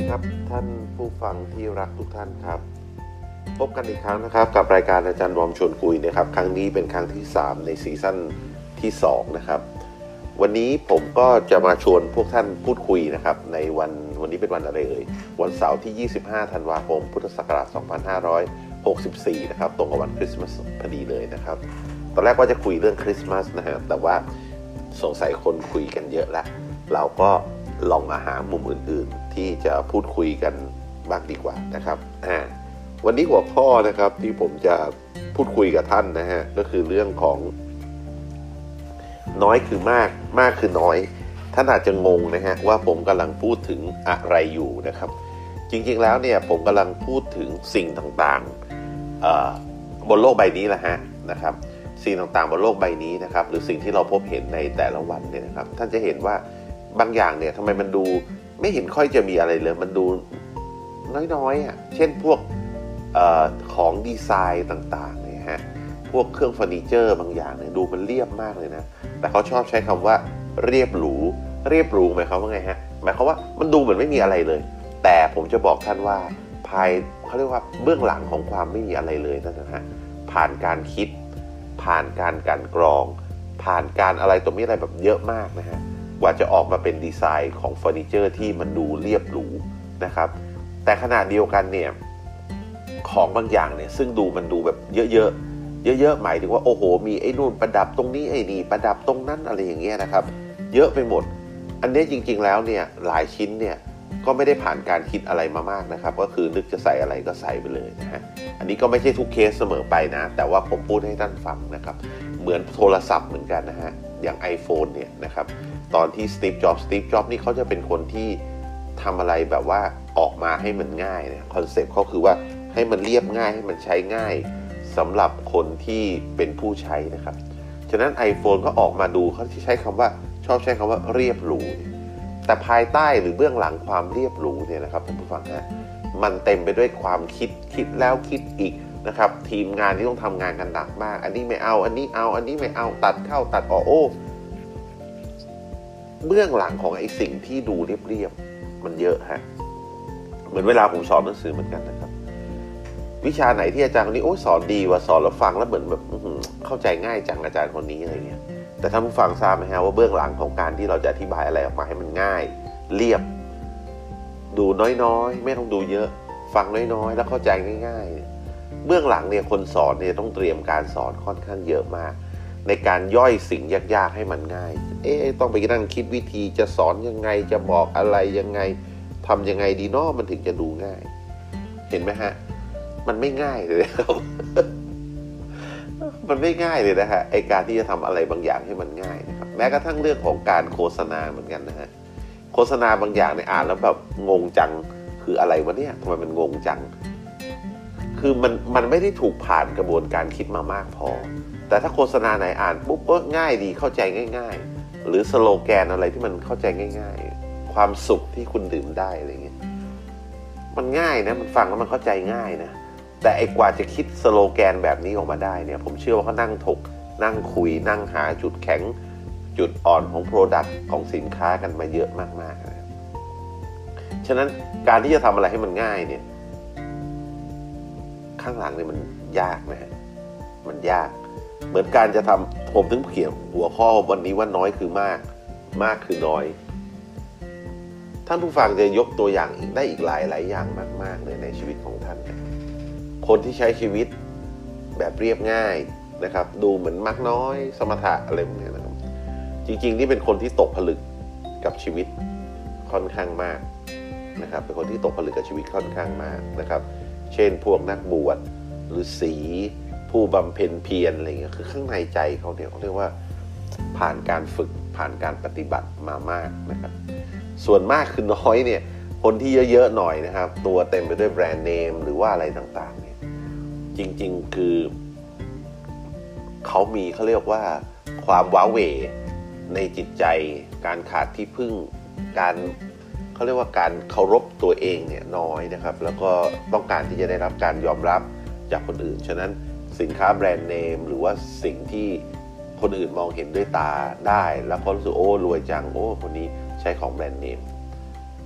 ครับท่านผู้ฟังที่รักทุกท่านครับพบกันอีกครั้งนะครับกับรายการอาจารย์บอมชวนคุยนะครับครั้งนี้เป็นครั้งที่3ในซีซั่นที่2นะครับวันนี้ผมก็จะมาชวนพวกท่านพูดคุยนะครับในวันนี้เป็นวันอะไรวันเสาร์ที่25ธันวาคมพุทธศักราช2564นะครับตรงกับวันคริสต์มาสพอดีเลยนะครับตอนแรกว่าจะคุยเรื่องคริสต์มาสนะฮะแต่ว่าสงสัยคนคุยกันเยอะแล้วเราก็ลองมาหามุมอื่นๆที่จะพูดคุยกันบ้างดีกว่านะครับวันนี้หัวข้อนะครับที่ผมจะพูดคุยกับท่านนะฮะก็คือเรื่องของน้อยคือมากมากคือน้อยท่านอาจจะงงนะฮะว่าผมกำลังพูดถึงอะไรอยู่นะครับจริงๆแล้วเนี่ยผมกำลังพูดถึงสิ่งต่างๆบนโลกใบนี้แหละฮะนะครับสิ่งต่างๆบนโลกใบนี้นะครับหรือสิ่งที่เราพบเห็นในแต่ละวันเนี่ยนะครับท่านจะเห็นว่าบางอย่างเนี่ยทำไมมันดูไม่เห็นค่อยจะมีอะไรเลยมันดูน้อยๆอ่ะเช่นพวกของดีไซน์ต่างๆเนี่ยฮะพวกเครื่องเฟอร์นิเจอร์บางอย่างเนี่ยดูมันเรียบมากเลยนะแต่เขาชอบใช้คำว่าเรียบหรูหมายความว่าไงฮะหมายความว่ามันดูเหมือนไม่มีอะไรเลยแต่ผมจะบอกท่านว่าเขาเรียกว่าเบื้องหลังของความไม่มีอะไรเลยนั่นนะฮะผ่านการคิดผ่านการกลั่นกรองผ่านการอะไรตรงนี้อะไรแบบเยอะมากนะฮะกว่าจะออกมาเป็นดีไซน์ของเฟอร์นิเจอร์ที่มันดูเรียบหรูนะครับแต่ขณะเดียวกันเนี่ยของบางอย่างเนี่ยซึ่งมันดูแบบเยอะหมายถึงว่าโอ้โหมีไอ้นู่นประดับตรงนี้ไอ้นี่ประดับตรงนั้นอะไรอย่างเงี้ยนะครับเยอะไปหมดอันนี้จริงๆแล้วเนี่ยหลายชิ้นเนี่ยก็ไม่ได้ผ่านการคิดอะไรมามากนะครับก็คือนึกจะใส่อะไรก็ใส่ไปเลยนะฮะอันนี้ก็ไม่ใช่ทุกเคสเสมอไปนะแต่ว่าผมพูดให้ท่านฟังนะครับเหมือนโทรศัพท์เหมือนกันนะฮะอย่าง iPhone เนี่ยนะครับตอนที่สตีฟจ็อบส์นี่เขาจะเป็นคนที่ทำอะไรแบบว่าออกมาให้มันง่ายนะคอนเซ็ปต์เขาคือว่าให้มันเรียบง่ายให้มันใช้ง่ายสำหรับคนที่เป็นผู้ใช้นะครับฉะนั้น iPhone ก็ออกมาดูเขาชอบใช้คำว่าเรียบหรูแต่ภายใต้หรือเบื้องหลังความเรียบหรูเนี่ยนะครับท่านผู้ฟังฮะมันเต็มไปด้วยความคิดแล้วคิดอีกนะครับทีมงานที่ต้องทำงานกันหนักมากอันนี้ไม่เอาอันนี้เอาอันนี้ไม่เอาตัดเข้าตัดออกโอ้เบื้องหลังของไอ้สิ่งที่ดูเรียบมันเยอะฮะเหมือนเวลาผมสอนหนังสือเหมือนกันนะครับวิชาไหนที่อาจารย์คนนี้โอ้สอนดีว่าสอนแล้วฟังแล้วเหมือนแบบเข้าใจง่ายจังอาจารย์คนนี้อะไรเงี้ยแต่ท่านผู้ฟังทราบไหมฮะว่าเบื้องหลังของการที่เราจะอธิบายอะไรออกมาให้มันง่ายเรียบดูน้อยๆไม่ต้องดูเยอะฟังน้อยๆแล้วเข้าใจง่ายๆเบื้องหลังเนี่ยคนสอนเนี่ยต้องเตรียมการสอนค่อนข้างเยอะมากในการย่อยสิ่งยากๆให้มันง่ายต้องไปนั่งคิดวิธีจะสอนยังไงจะบอกอะไรยังไงทำยังไงดีเนาะมันถึงจะดูง่ายเห็นไหมฮะมันไม่ง่ายเลยครับ มันไม่ง่ายเลยนะฮะไอการที่จะทำอะไรบางอย่างให้มันง่ายนะครับแม้กระทั่งเรื่องของการโฆษณาเหมือนกันนะฮะโฆษณาบางอย่างเนี่ยอ่านแล้วแบบงงจังคืออะไรวะเนี่ยทำไมมันงงจังคือมันไม่ได้ถูกผ่านกระบวนการคิดมามากพอแต่ถ้าโฆษณาไหนอ่านปุ๊บก็ง่ายดีเข้าใจง่ายๆหรือสโลแกนอะไรที่มันเข้าใจง่ายๆความสุขที่คุณดื่มได้อะไรเงี้ยมันง่ายนะมันฟังแล้วมันเข้าใจง่ายนะแต่ไอ้กว่าจะคิดสโลแกนแบบนี้ออกมาได้เนี่ยผมเชื่อว่าเขานั่งถกนั่งคุยนั่งหาจุดแข็งจุดอ่อนของโปรดักต์ของสินค้ากันมาเยอะมากๆนะฉะนั้นการที่จะทำอะไรให้มันง่ายเนี่ยข้างหลังเนี่ยมันยากนะฮะมันยากเหมือนการจะทำผมถึงเขียนหัวข้อวันนี้ว่าน้อยคือมากมากคือน้อยท่านผู้ฟังจะยกตัวอย่างได้อีกหลายอย่างมากๆเลยในชีวิตของท่านคนที่ใช้ชีวิตแบบเรียบง่ายนะครับดูเหมือนมักน้อยสมถะอะไรพวกนี้นะครับจริงๆนี่เป็นคนที่ตกผลึกกับชีวิตค่อนข้างมากนะครับเป็นคนที่ตกผลึกกับชีวิตค่อนข้างมากนะครับเช่นพวกนักบวชหรือศีผู้บำเพ็ญเพียรอะไรเงี้ยคือข้างในใจเขาเนี่ยเขาเรียกว่าผ่านการฝึกผ่านการปฏิบัติมามากนะครับส่วนมากคือน้อยเนี่ยคนที่เยอะๆหน่อยนะครับตัวเต็มไปด้วยแบรนด์เนมหรือว่าอะไรต่างๆเนี่ยจริงๆคือเขาเรียกว่าความว้าเหวในจิตใจการขาดที่พึ่งการเขาเรียกว่าการเคารพตัวเองเนี่ยน้อยนะครับแล้วก็ต้องการที่จะได้รับการยอมรับจากคนอื่นฉะนั้นสินค้าแบรนด์เนมหรือว่าสิ่งที่คนอื่นมองเห็นด้วยตาได้แล้วเขารู้สึกโอ้รวยจังโอ้คนนี้ใช้ของแบรนด์เนม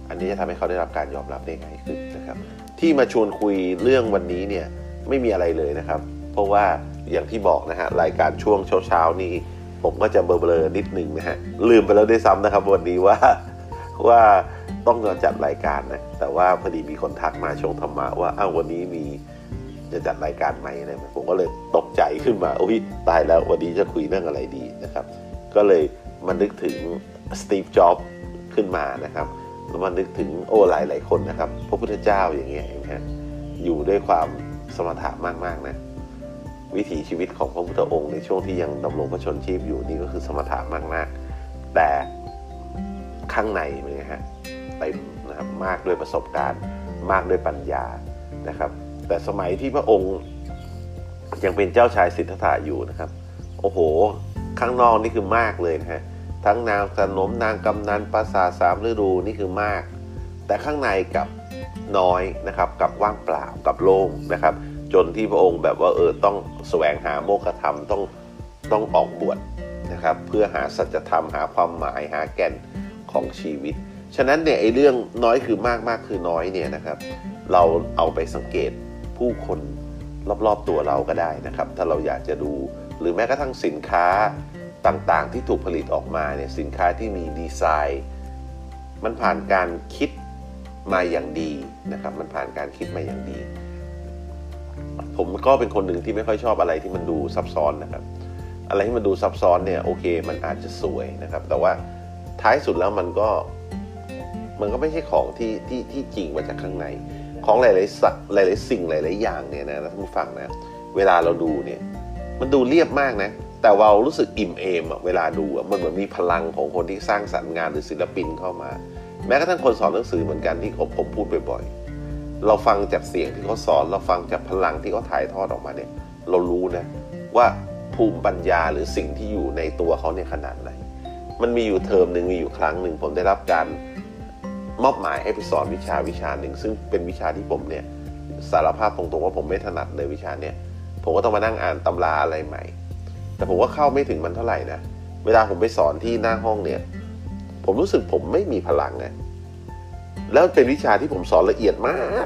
อันนี้จะทำให้เขาได้รับการยอมรับได้ง่ายขึ้นนะครับที่มาชวนคุยเรื่องวันนี้เนี่ยไม่มีอะไรเลยนะครับเพราะว่าอย่างที่บอกนะฮะรายการช่วงเช้าๆนี่ผมก็จะเบลอๆนิดนึงนะฮะลืมไปแล้วด้วยซ้ำนะครับวันนี้ว่าต้องมาจัดรายการนะแต่ว่าพอดีมีคนทักมาช่วงธรรมะว่าวันนี้มีจะจัดรายการใหม่อะไรผมก็เลยตกใจขึ้นมาโอ้ยตายแล้ววันนี้จะคุยเรื่องอะไรดีนะครับก็เลยมานึกถึงสตีฟ จ็อบส์ขึ้นมานะครับแล้วมานึกถึงหลายคนนะครับพระพุทธเจ้าอย่างเงี้ยนะอยู่ด้วยความสมถะมากๆนะวิถีชีวิตของพระพุทธองค์ในช่วงที่ยังดำรงพระชนชีพอยู่นี่ก็คือสมถะมากๆแต่ข้างในเป็นไงฮะเต็มนะครับมากด้วยประสบการณ์มากด้วยปัญญานะครับแต่สมัยที่พระองค์ยังเป็นเจ้าชายสิทธัตถะอยู่นะครับโอ้โหข้างนอกนี่คือมากเลยนะฮะทั้งนางสนมนางกำนันปราสาท3 ฤดูนี่คือมากแต่ข้างในกับน้อยนะครับกับว่างเปล่ากับโล่งนะครับจนที่พระองค์แบบว่าต้องแสวงหาโมฆะธรรมต้องออกบวชนะครับเพื่อหาสัจธรรมหาความหมายหาแก่นของชีวิตฉะนั้นเนี่ยไอ้เรื่องน้อยคือมากคือน้อยเนี่ยนะครับเราเอาไปสังเกตผู้คนรอบๆตัวเราก็ได้นะครับถ้าเราอยากจะดูหรือแม้กระทั่งสินค้าต่างๆที่ถูกผลิตออกมาเนี่ยสินค้าที่มีดีไซน์มันผ่านการคิดมาอย่างดีนะครับมันผ่านการคิดมาอย่างดีผมก็เป็นคนหนึ่งที่ไม่ค่อยชอบอะไรที่มันดูซับซ้อนนะครับอะไรที่มันดูซับซ้อนเนี่ยโอเคมันอาจจะสวยนะครับแต่ว่าท้ายสุดแล้วมันก็ไม่ใช่ของที่จริงมาจากข้างในของหลายสิ่งหลายอย่างเนี่ยนะท่านผู้ฟังนะเวลาเราดูเนี่ยมันดูเรียบมากนะแต่เรารู้สึกอิ่มเอมเวลาดูมันเหมือนมีพลังของคนที่สร้างสรรค์งานหรือศิลปินเข้ามาแม้กระทั่งคนสอนหนังสือเหมือนกันที่ผมพูดบ่อยๆเราฟังจากเสียงที่เขาสอนเราฟังจากพลังที่เขาถ่ายทอดออกมาเนี่ยเรารู้นะว่าภูมิปัญญาหรือสิ่งที่อยู่ในตัวเขาเนี่ยขนาดไหนมันมีอยู่เทอมนึงมีอยู่ครั้งหนึ่งผมได้รับการมอบหมายให้ไปสอนวิชาหนึ่งซึ่งเป็นวิชาที่ผมเนี่ยสารภาพตรงๆว่าผมไม่ถนัดเลยวิชาเนี่ยผมก็ต้องมานั่งอ่านตำราอะไรใหม่แต่ผมก็เข้าไม่ถึงมันเท่าไหร่นะเวลาผมไปสอนที่หน้าห้องเนี่ยผมรู้สึกผมไม่มีพลังนะแล้วเป็นวิชาที่ผมสอนละเอียดมาก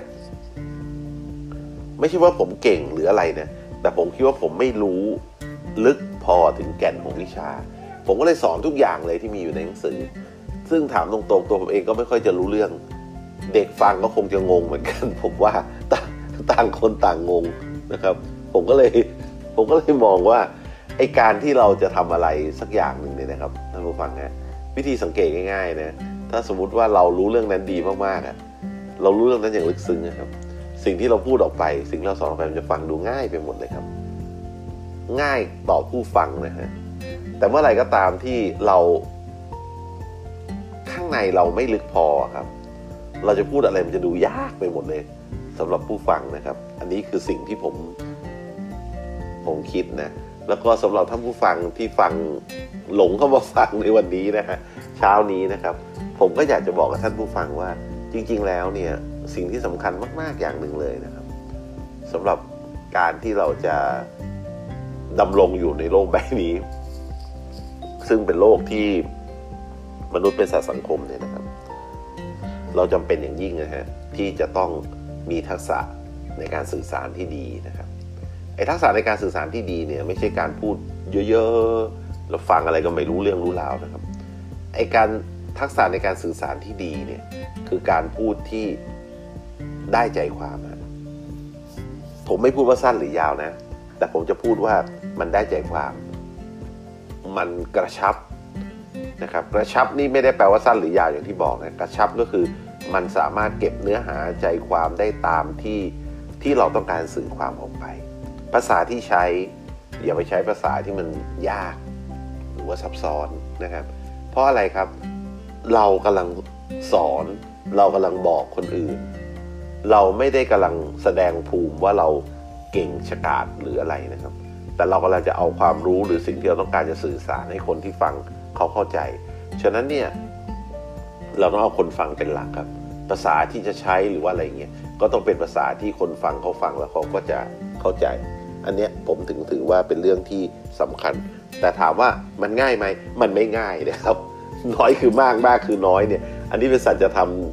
ไม่ใช่ว่าผมเก่งหรืออะไรนะแต่ผมคิดว่าผมไม่รู้ลึกพอถึงแก่นของวิชาผมก็เลยสอนทุกอย่างเลยที่มีอยู่ในหนังสือซึ่งถามตรงๆตัวผมเองก็ไม่ค่อยจะรู้เรื่องเด็กฟังก็คงจะงงเหมือนกันผมว่าต่างคนต่างงงนะครับผมก็เลยมองว่าไอการที่เราจะทำอะไรสักอย่างหนึ่งเนี่ยนะครับท่านผู้ฟังนะวิธีสังเกตง่ายๆนะถ้าสมมุติว่าเรารู้เรื่องนั้นดีมากๆเรารู้เรื่องนั้นอย่างลึกซึ้งนะครับสิ่งที่เราพูดออกไปสิ่งที่เราสอนออกไปมันจะฟังดูง่ายไปหมดเลยครับง่ายต่อผู้ฟังนะฮะแต่เมื่อไหร่ก็ตามที่เราข้างในเราไม่ลึกพอครับเราจะพูดอะไรมันจะดูยากไปหมดเลยสำหรับผู้ฟังนะครับอันนี้คือสิ่งที่ผมคิดนะแล้วก็สำหรับท่านผู้ฟังที่ฟังหลงเข้ามาฟังในวันนี้นะฮะเช้านี้นะครับผมก็อยากจะบอกกับท่านผู้ฟังว่าจริงๆแล้วเนี่ยสิ่งที่สำคัญมากๆอย่างหนึ่งเลยนะครับสำหรับการที่เราจะดำรงอยู่ในโลกใบนี้ซึ่งเป็นโลกที่มนุษย์เป็นสัตว์สังคมเนี่ยนะครับเราจำเป็นอย่างยิ่งนะฮะที่จะต้องมีทักษะในการสื่อสารที่ดีนะครับไอ้ทักษะในการสื่อสารที่ดีเนี่ยไม่ใช่การพูดเยอะๆเราฟังอะไรก็ไม่รู้เรื่องรู้ราวนะครับไอ้การทักษะในการสื่อสารที่ดีเนี่ยคือการพูดที่ได้ใจความนะผมไม่พูดว่าสั้นหรือยาวนะแต่ผมจะพูดว่ามันได้ใจความมันกระชับนะครับกระชับนี่ไม่ได้แปลว่าสั้นหรือยาวอย่างที่บอกนะกระชับก็คือมันสามารถเก็บเนื้อหาใจความได้ตามที่เราต้องการสื่อความออกไปภาษาที่ใช้อย่าไปใช้ภาษาที่มันยากหรือว่าซับซ้อนนะครับเพราะอะไรครับเรากำลังสอนเรากำลังบอกคนอื่นเราไม่ได้กำลังแสดงภูมิว่าเราเก่งฉกาจหรืออะไรนะครับแต่เรากำลังจะเอาความรู้หรือสิ่งที่เราต้องการจะสื่อสารให้คนที่ฟังเขาเข้าใจฉะนั้นเนี่ยเราต้องเอาคนฟังเป็นหลักครับภาษาที่จะใช้หรือว่าอะไรเงี้ยก็ต้องเป็นภาษาที่คนฟังเขาฟังแล้วเขาก็จะเข้าใจอันเนี้ยผมถือว่าเป็นเรื่องที่สำคัญแต่ถามว่ามันง่ายไหมมันไม่ง่ายนะครับน้อยคือมากคือน้อยเนี่ยอันนี้เป็นสัจธรรม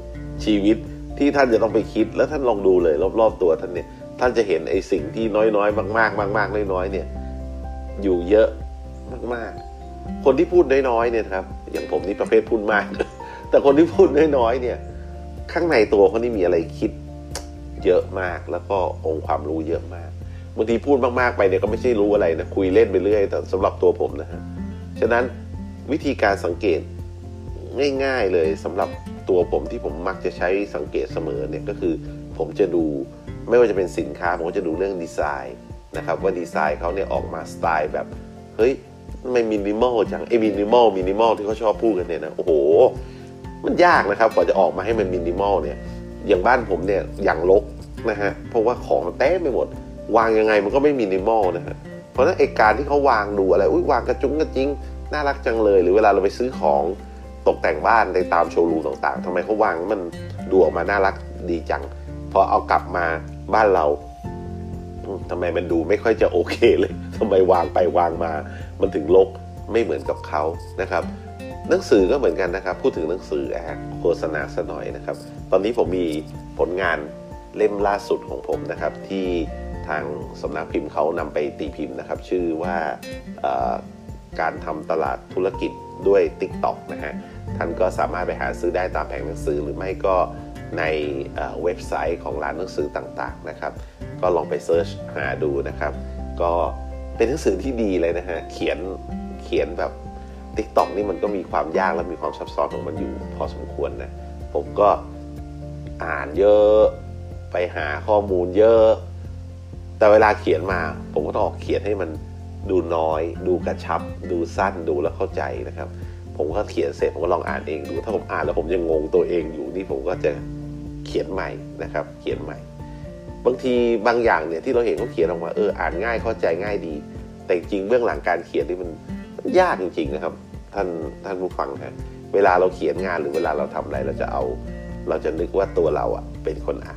ชีวิตที่ท่านจะต้องไปคิดแล้วท่านลองดูเลยรอบๆตัวท่านเนี่ยท่านจะเห็นไอ้สิ่งที่น้อยๆมากๆมากๆน้อยๆเนี่ยอยู่เยอะมากๆคนที่พูดน้อยๆเนี่ยครับอย่างผมนี่ประเภทพูดมาก แต่คนที่พูดน้อยๆเนี่ยข้างในตัวเขานี่มีอะไรคิดเยอะมากแล้วก็องค์ความรู้เยอะมากบางทีพูดมากๆไปเนี่ยก็ไม่ใช่รู้อะไรนะคุยเล่นไปเรื่อยแต่สำหรับตัวผมนะฮะฉะนั้นวิธีการสังเกตง่ายๆเลยสำหรับตัวผมที่ผมมักจะใช้สังเกตเสมอเนี่ยก็คือผมจะดูไม่ว่าจะเป็นสินค้าผมก็จะดูเรื่องดีไซน์นะครับว่าดีไซน์เขาเนี่ยออกมาสไตล์แบบเฮ้ยไม่มินิมอลจังมินิมอลที่เขาชอบพูดกันเนี่ยนะโอ้โหมันยากนะครับกว่าจะออกมาให้มันมินิมอลเนี่ยอย่างบ้านผมเนี่ยอย่างรกนะฮะเพราะว่าของมันเต็มไปหมดวางยังไงมันก็ไม่มินิมอลนะฮะเพราะฉะนั้นไอ้การที่เขาวางดูอะไรวางกระจุ้งกระจิ้งน่ารักจังเลยหรือเวลาเราไปซื้อของตกแต่งบ้านในตามโชว์รูมต่างๆทำไมเขาวางมันดูออกมาน่ารักดีจังพอเอากลับมาบ้านเราทำไมมันดูไม่ค่อยจะโอเคเลยทำไมวางไปวางมามันถึงรกไม่เหมือนกับเขานะครับหนังสือก็เหมือนกันนะครับพูดถึงหนังสือโฆษณาซะหน่อยนะครับตอนนี้ผมมีผลงานเล่มล่าสุดของผมนะครับที่ทางสำนักพิมพ์เขานำไปตีพิมพ์นะครับชื่อว่าการทำตลาดธุรกิจด้วย TikTok นะฮะท่านก็สามารถไปหาซื้อได้ตามแผงหนังสือหรือไม่ก็ในเว็บไซต์ของร้านหนังสือต่างๆนะครับก็ลองไปเซิร์ชหาดูนะครับก็เป็นหนังสือที่ดีเลยนะฮะเขียนแบบ TikTok นี่มันก็มีความยากและมีความซับซ้อนของมันอยู่พอสมควรนะผมก็อ่านเยอะไปหาข้อมูลเยอะแต่เวลาเขียนมาผมก็ต้องเขียนให้มันดูน้อยดูกระชับดูสั้นดูแล้วเข้าใจนะครับผมก็เขียนเสร็จผมก็ลองอ่านเองดูถ้าผมอ่านแล้วผมยังงงตัวเองอยู่นี่ผมก็จะเขียนใหม่นะครับเขียนใหม่บางทีบางอย่างเนี่ยที่เราเห็นเขาเขียนออกมาอ่านง่ายเข้าใจง่ายดีแต่จริงเบื้องหลังการเขียนนี่มันยากจริงๆนะครับท่านผู้ฟังฮะเวลาเราเขียนงานหรือเวลาเราทำอะไรเราจะนึกว่าตัวเราเป็นคนอ่าน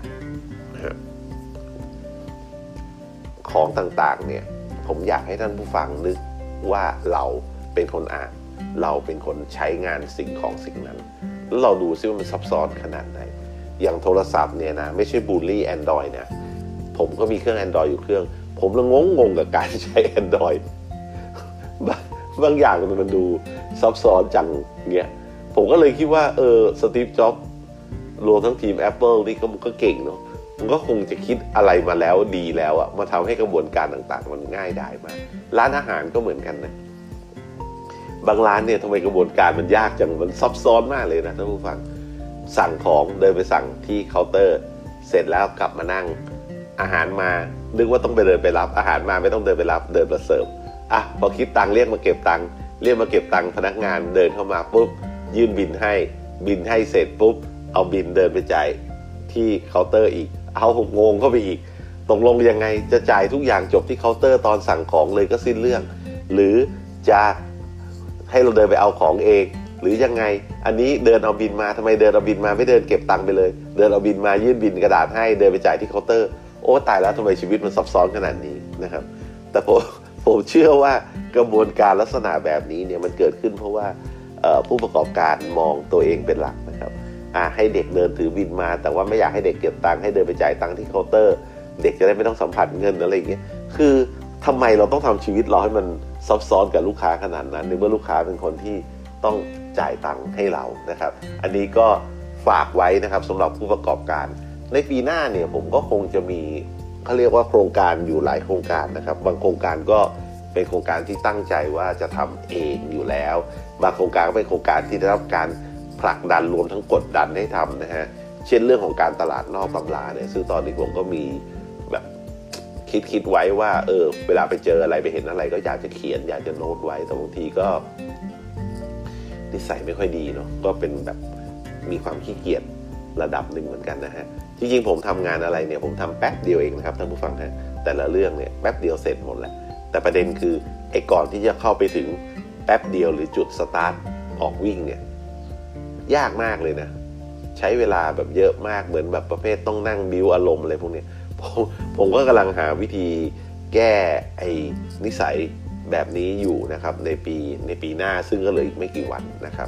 ของต่างๆเนี่ยผมอยากให้ท่านผู้ฟังนึกว่าเราเป็นคนอ่านเราเป็นคนใช้งานสิ่งของสิ่งนั้นแล้วเราดูซิว่ามันซับซ้อนขนาดไหนอย่างโทรศัพท์เนี่ยนะไม่ใช่บูลลี่ Android นะผมก็มีเครื่อง Android อยู่เครื่องผมละงงกับการใช้ Android บางอย่างมันดูซับซ้อนจังเงี้ยผมก็เลยคิดว่าสตีฟ จ็อบส์รวมทั้งทีม Apple นี่ก็เก่งเนาะมันก็คงจะคิดอะไรมาแล้วดีแล้วมาทำให้กระบวนการต่างๆมันง่ายดายมากร้านอาหารก็เหมือนกันนะบางร้านเนี่ยทำไมกระบวนการมันยากจังมันซับซ้อนมากเลยนะท่านผู้ฟังสั่งของเดินไปสั่งที่เคาน์เตอร์เสร็จแล้วกลับมานั่งอาหารมานึกว่าต้องไปเดินไปรับอาหารมาไม่ต้องเดินไปรับเดินมาเสิร์ฟพอคิดตังค์เรียกมาเก็บตังค์พนักงานเดินเข้ามาปุ๊บยื่นบิลให้เสร็จปุ๊บเอาบิลเดินไปจ่ายที่เคาน์เตอร์อีกเอางงเข้าไปอีกตกลงยังไงจะจ่ายทุกอย่างจบที่เคาน์เตอร์ตอนสั่งของเลยก็สิ้นเรื่องหรือจะให้เราเดินไปเอาของเองหรือยังไงอันนี้เดินเอาบิลมาทำไมเดินเอาบิลมาไม่เดินเก็บตังค์ไปเลยเดินเอาบิลมายื่นบิลกระดาษให้เดินไปจ่ายที่เคาน์เตอร์โอ้ตายแล้วทำไมชีวิตมันซับซ้อนขนาดนี้นะครับแต่ผมเชื่อว่ากระบวนการลักษณะแบบนี้เนี่ยมันเกิดขึ้นเพราะว่าผู้ประกอบการมองตัวเองเป็นหลักนะครับให้เด็กเดินถือบิลมาแต่ว่าไม่อยากให้เด็กเก็บตังค์ให้เดินไปจ่ายตังค์ที่เคาน์เตอร์เด็กจะได้ไม่ต้องสัมผัสเงินอะไรอย่างเงี้ยคือทำไมเราต้องทำชีวิตเราให้มันซับซ้อนกับลูกค้าขนาดนั้นในเมื่อลูกค้าเป็นคนที่ต้องจ่ายตังค์ให้เรานะครับอันนี้ก็ฝากไว้นะครับสำหรับผู้ประกอบการในปีหน้าเนี่ยผมก็คงจะมีเขาเรียกว่าโครงการอยู่หลายโครงการนะครับบางโครงการก็เป็นโครงการที่ตั้งใจว่าจะทำเองอยู่แล้วบางโครงการก็เป็นโครงการที่ได้รับการผลักดันรวมทั้งกดดันให้ทำนะฮะเช่นเรื่องของการตลาดนอกตำราเนี่ยซึ่งตอนนี้ผมก็มีแบบคิดไว้ว่าเวลาไปเจออะไรไปเห็นอะไรก็อยากจะเขียนอยากจะโน้ตไว้แต่บางทีก็นิสัยไม่ค่อยดีเนาะก็เป็นแบบมีความขี้เกียจระดับหนึ่งเหมือนกันนะฮะจริงๆผมทำงานอะไรเนี่ยผมทำแป๊บเดียวเองนะครับท่านผู้ฟังฮะแต่ละเรื่องเนี่ยแป๊บเดียวเสร็จหมดแหละแต่ประเด็นคือไอ้ก่อนที่จะเข้าไปถึงแป๊บเดียวหรือจุดสตาร์ทออกวิ่งเนี่ยยากมากเลยนะใช้เวลาแบบเยอะมากเหมือนแบบประเภทต้องนั่งบิ้วอารมณ์อะไรพวกนี้ผมก็กำลังหาวิธีแก้ไอ้นิสัยแบบนี้อยู่นะครับในปีหน้าซึ่งก็เหลืออีกไม่กี่วันนะครับ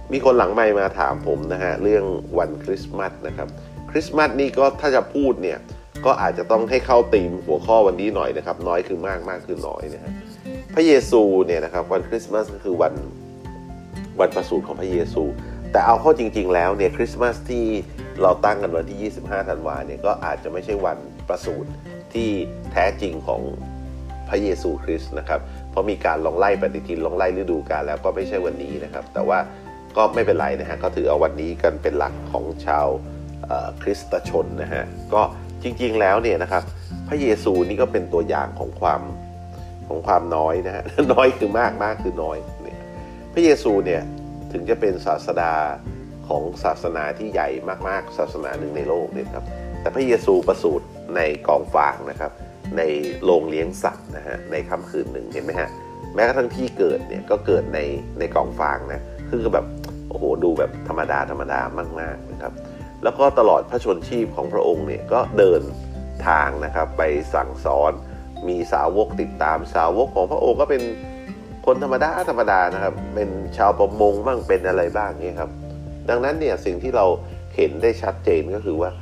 มีคนหลังไมค์มาถามผมนะฮะเรื่องวันคริสต์มาสนะครับคริสต์มาสนี่ก็ถ้าจะพูดเนี่ยก็อาจจะต้องให้เข้าธีมหัวข้อวันนี้หน่อยนะครับน้อยคือมากมากคือน้อยนะฮะพระเยซูเนี่ยนะครับวันคริสต์มาสก็คือวันประสูติของพระเยซูแต่เอาเข้าจริงๆแล้วเนี่ยคริสต์มาสที่เราตั้งกันวันที่25ธันวาเนี่ยก็อาจจะไม่ใช่วันประสูติที่แท้จริงของพระเยซูคริสต์นะครับเพราะมีการลองไล่ปฏิทินลองไล่ฤดูกาลแล้วก็ไม่ใช่วันนี้นะครับแต่ว่าก็ไม่เป็นไรนะฮะก็ถือเอาวันนี้กันเป็นหลักของชาวคริสตชนนะฮะก็จริงๆแล้วเนี่ยนะครับพระเยซูนี่ก็เป็นตัวอย่างของความน้อยนะฮะน้อยคือมากมากคือน้อยเนี่ยพระเยซูเนี่ยถึงจะเป็นศาสดาของศาสนาที่ใหญ่มากๆศาสนาหนึ่งในโลกเนี่ยครับแต่พระเยซูประสูติในกองฟางนะครับในโรงเลี้ยงสัตว์นะฮะในค่ำคืนหนึ่งเห็นไหมฮะแม้กระทั่งที่เกิดเนี่ยก็เกิดในกองฟางนะคือแบบโอ้โหดูแบบธรรมดามากๆนะครับแล้วก็ตลอดพระชนชีพของพระองค์เนี่ยก็เดินทางนะครับไปสั่งสอนมีสาวกติดตามสาวกของพระองค์ก็เป็นคนธรรมดานะครับเป็นชาวประมงบ้างเป็นอะไรบ้างเนี่ยครับดังนั้นเนี่ยสิ่งที่เราเห็นได้ชัดเจนก็คือว่า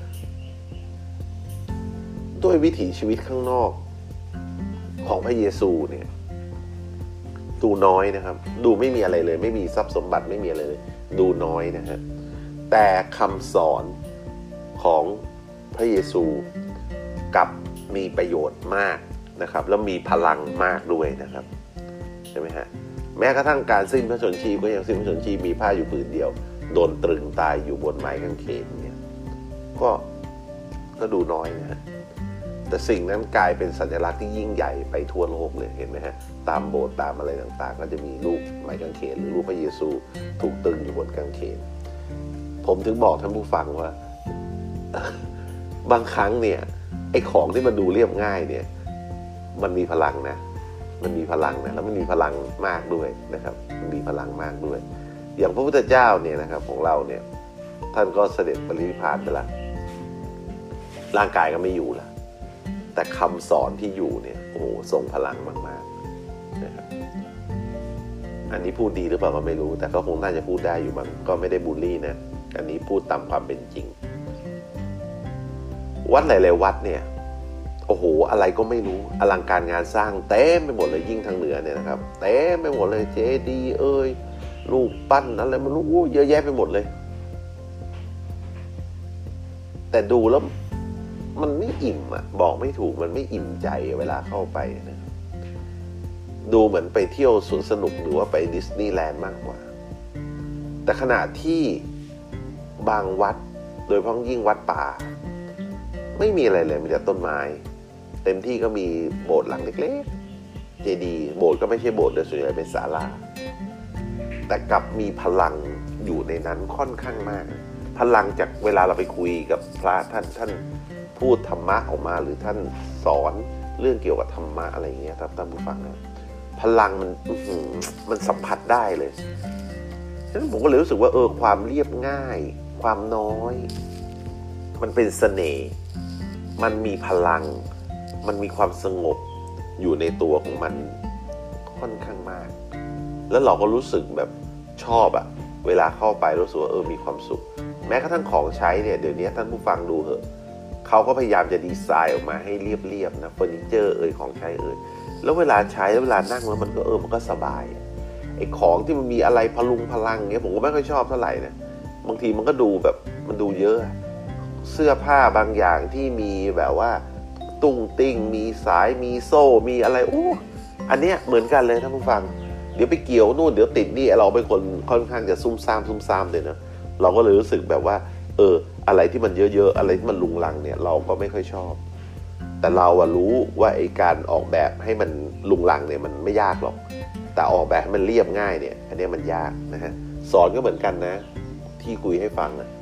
ด้วยวิถีชีวิตข้างนอกของพระเยซูเนี่ยดูน้อยนะครับดูไม่มีอะไรเลยไม่มีทรัพย์สมบัติไม่มีอะไรเลยดูน้อยนะฮะแต่คำสอนของพระเยซูกับมีประโยชน์มากนะครับแล้วมีพลังมากด้วยนะครับใช่ไหมฮะแม้กระทั่งการสิ้นพระชนชีพก็ยังสิ้นพระชนชีพมีผ้าอยู่ผืนเดียวโดนตรึงตายอยู่บนไม้กางเขนเนี่ยก็ดูน้อยนะฮะแต่สิ่งนั้นกลายเป็นสัญลักษณ์ที่ยิ่งใหญ่ไปทั่วโลกเลยเห็นไหมฮะตามโบสถ์ตามอะไรต่างๆก็จะมีรูปไม้กางเขนหรือรูปพระเยซูถูกตรึงอยู่บนกางเขนผมถึงบอกท่านผู้ฟังว่า บางครั้งเนี่ยไอ้ของที่มันดูเรียบง่ายเนี่ยมันมีพลังนะแล้วมันมีพลังมากด้วยนะครับมันมีพลังมากด้วยอย่างพระพุทธเจ้าเนี่ยนะครับของเราเนี่ยท่านก็เสด็จปรินิพพานไปแล้วร่างกายก็ไม่อยู่แล้วแต่คำสอนที่อยู่เนี่ยโอ้โหทรงพลังมากๆนะครับอันนี้พูดดีหรือเปล่าก็ไม่รู้แต่ก็คงน่าจะพูดได้อยู่มั้งก็ไม่ได้บูลลี่นะอันนี้พูดตามความเป็นจริงวัดหลายๆวัดเนี่ยโอ้โหอะไรก็ไม่รู้อลังการงานสร้างเต็มไปหมดเลยยิ่งทางเหนือเนี่ยนะครับเต็มไปหมดเลยเจดีย์รูปปั้นอะไรมันรู้เยอะแยะไปหมดเลยแต่ดูแล้วมันไม่อิ่มอ่ะบอกไม่ถูกมันไม่อิ่มใจเวลาเข้าไปนะดูเหมือนไปเที่ยวสวนสนุกหรือว่าไปดิสนีย์แลนด์มากกว่าแต่ขณะที่บางวัดโดยเฉพาะยิ่งวัดป่าไม่มีอะไรเลยมีแต่ต้นไม้เต็มที่ก็มีโบสถ์หลังเล็กๆเจดีย์โบสถ์ก็ไม่ใช่โบสถ์โดยส่วนใหญ่เป็นศาลาแต่กลับมีพลังอยู่ในนั้นค่อนข้างมากพลังจากเวลาเราไปคุยกับพระท่านพูดธรรมะออกมาหรือท่านสอนเรื่องเกี่ยวกับธรรมะอะไรอย่างเงี้ยครับท่านผู้ฟังนะพลังมันสัมผัสได้เลยฉะนั้นผมก็เลยรู้สึกว่าความเรียบง่ายความน้อยมันเป็นเสน่ห์มันมีพลังมันมีความสงบอยู่ในตัวของมันค่อนข้างมากแล้วเราก็รู้สึกแบบชอบอะเวลาเข้าไปรู้สึกว่ามีความสุขแม้กระทั่งของใช้เนี่ยเดี๋ยวนี้ท่านผู้ฟังดูเหอะเขาก็พยายามจะดีไซน์ออกมาให้เรียบๆนะเฟอร์นิเจอร์ของใช้แล้วเวลาใช้แล้วเวลานั่งแล้วมันก็สบายไอ้ของที่มันมีอะไรพลังเงี้ยผมก็ไม่ค่อยชอบเท่าไหร่นะบางทีมันก็ดูแบบมันดูเยอะเสื้อผ้าบางอย่างที่มีแบบว่าตุ้งติ้งมีสายมีโซ่มีอะไรอันเนี้ยเหมือนกันเลยท่านผู้ฟังเดี๋ยวไปเกี่ยวนู่นเดี๋ยวติดนี่เราเป็นคนค่อนข้างจะซุ่มซ่ามเลยนะเราก็เลยรู้สึกแบบว่าอะไรที่มันเยอะๆอะไรที่มันลุงลังเนี่ยเราก็ไม่ค่อยชอบแต่เรารู้ว่าไอ้การออกแบบให้มันลุงลังเนี่ยมันไม่ยากหรอกแต่ออกแบบให้มันเรียบง่ายเนี่ยอันนี้มันยากนะฮะสอนก็เหมือนกันนะที่คุยให้ฟังนะ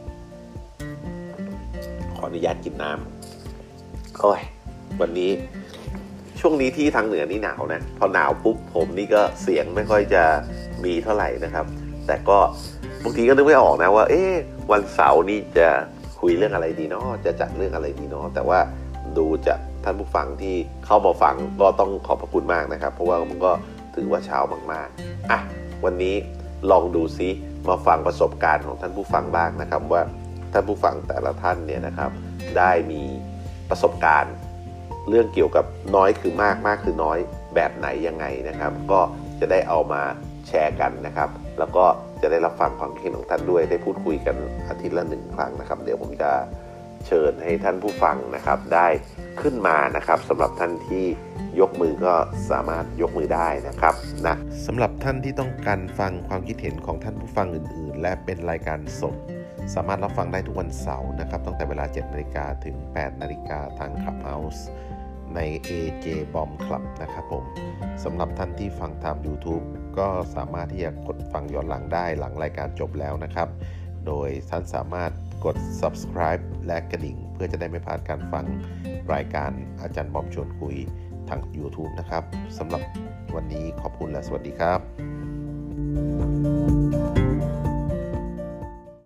ขออนุญาตกินน้ำวันนี้ช่วงนี้ที่ทางเหนือนี่หนาวนะพอหนาวปุ๊บผมนี่ก็เสียงไม่ค่อยจะมีเท่าไหร่นะครับแต่ก็บางทีก็นึกไม่ออกนะว่าวันเสาร์นี้จะคุยเรื่องอะไรดีเนาะจะจัดเรื่องอะไรดีเนาะแต่ว่าดูจากท่านผู้ฟังที่เข้ามาฟังก็ต้องขอบพระคุณมากนะครับเพราะว่ามันก็ถือว่าเช้ามากๆวันนี้ลองดูซิมาฟังประสบการณ์ของท่านผู้ฟังบ้างนะครับว่าท่านผู้ฟังแต่ละท่านเนี่ยนะครับได้มีประสบการณ์เรื่องเกี่ยวกับน้อยคือมากมากคือน้อยแบบไหนยังไงนะครับก็จะได้เอามาแชร์กันนะครับแล้วก็จะได้รับฟังความคิดเห็นของท่านด้วยได้พูดคุยกันอาทิตย์ละ1 ครั้งนะครับเดี๋ยวผมจะเชิญให้ท่านผู้ฟังนะครับได้ขึ้นมานะครับสำหรับท่านที่ยกมือก็สามารถยกมือได้นะครับนะสำหรับท่านที่ต้องการฟังความคิดเห็นของท่านผู้ฟังอื่นๆและเป็นรายการสดสามารถรับฟังได้ทุกวันเสาร์นะครับตั้งแต่เวลา 7:00 นถึง 8:00 นทาง Clubhouse ใน AJ Bomb Club นะครับผมสำหรับท่านที่ฟังทาง YouTube ก็สามารถที่จะกดฟังย้อนหลังได้หลังรายการจบแล้วนะครับโดยท่านสามารถกด Subscribe และกระดิ่งเพื่อจะได้ไม่พลาดการฟังรายการอาจารย์บอมชวนคุยทาง YouTube นะครับสำหรับวันนี้ขอบคุณและสวัสดีครับ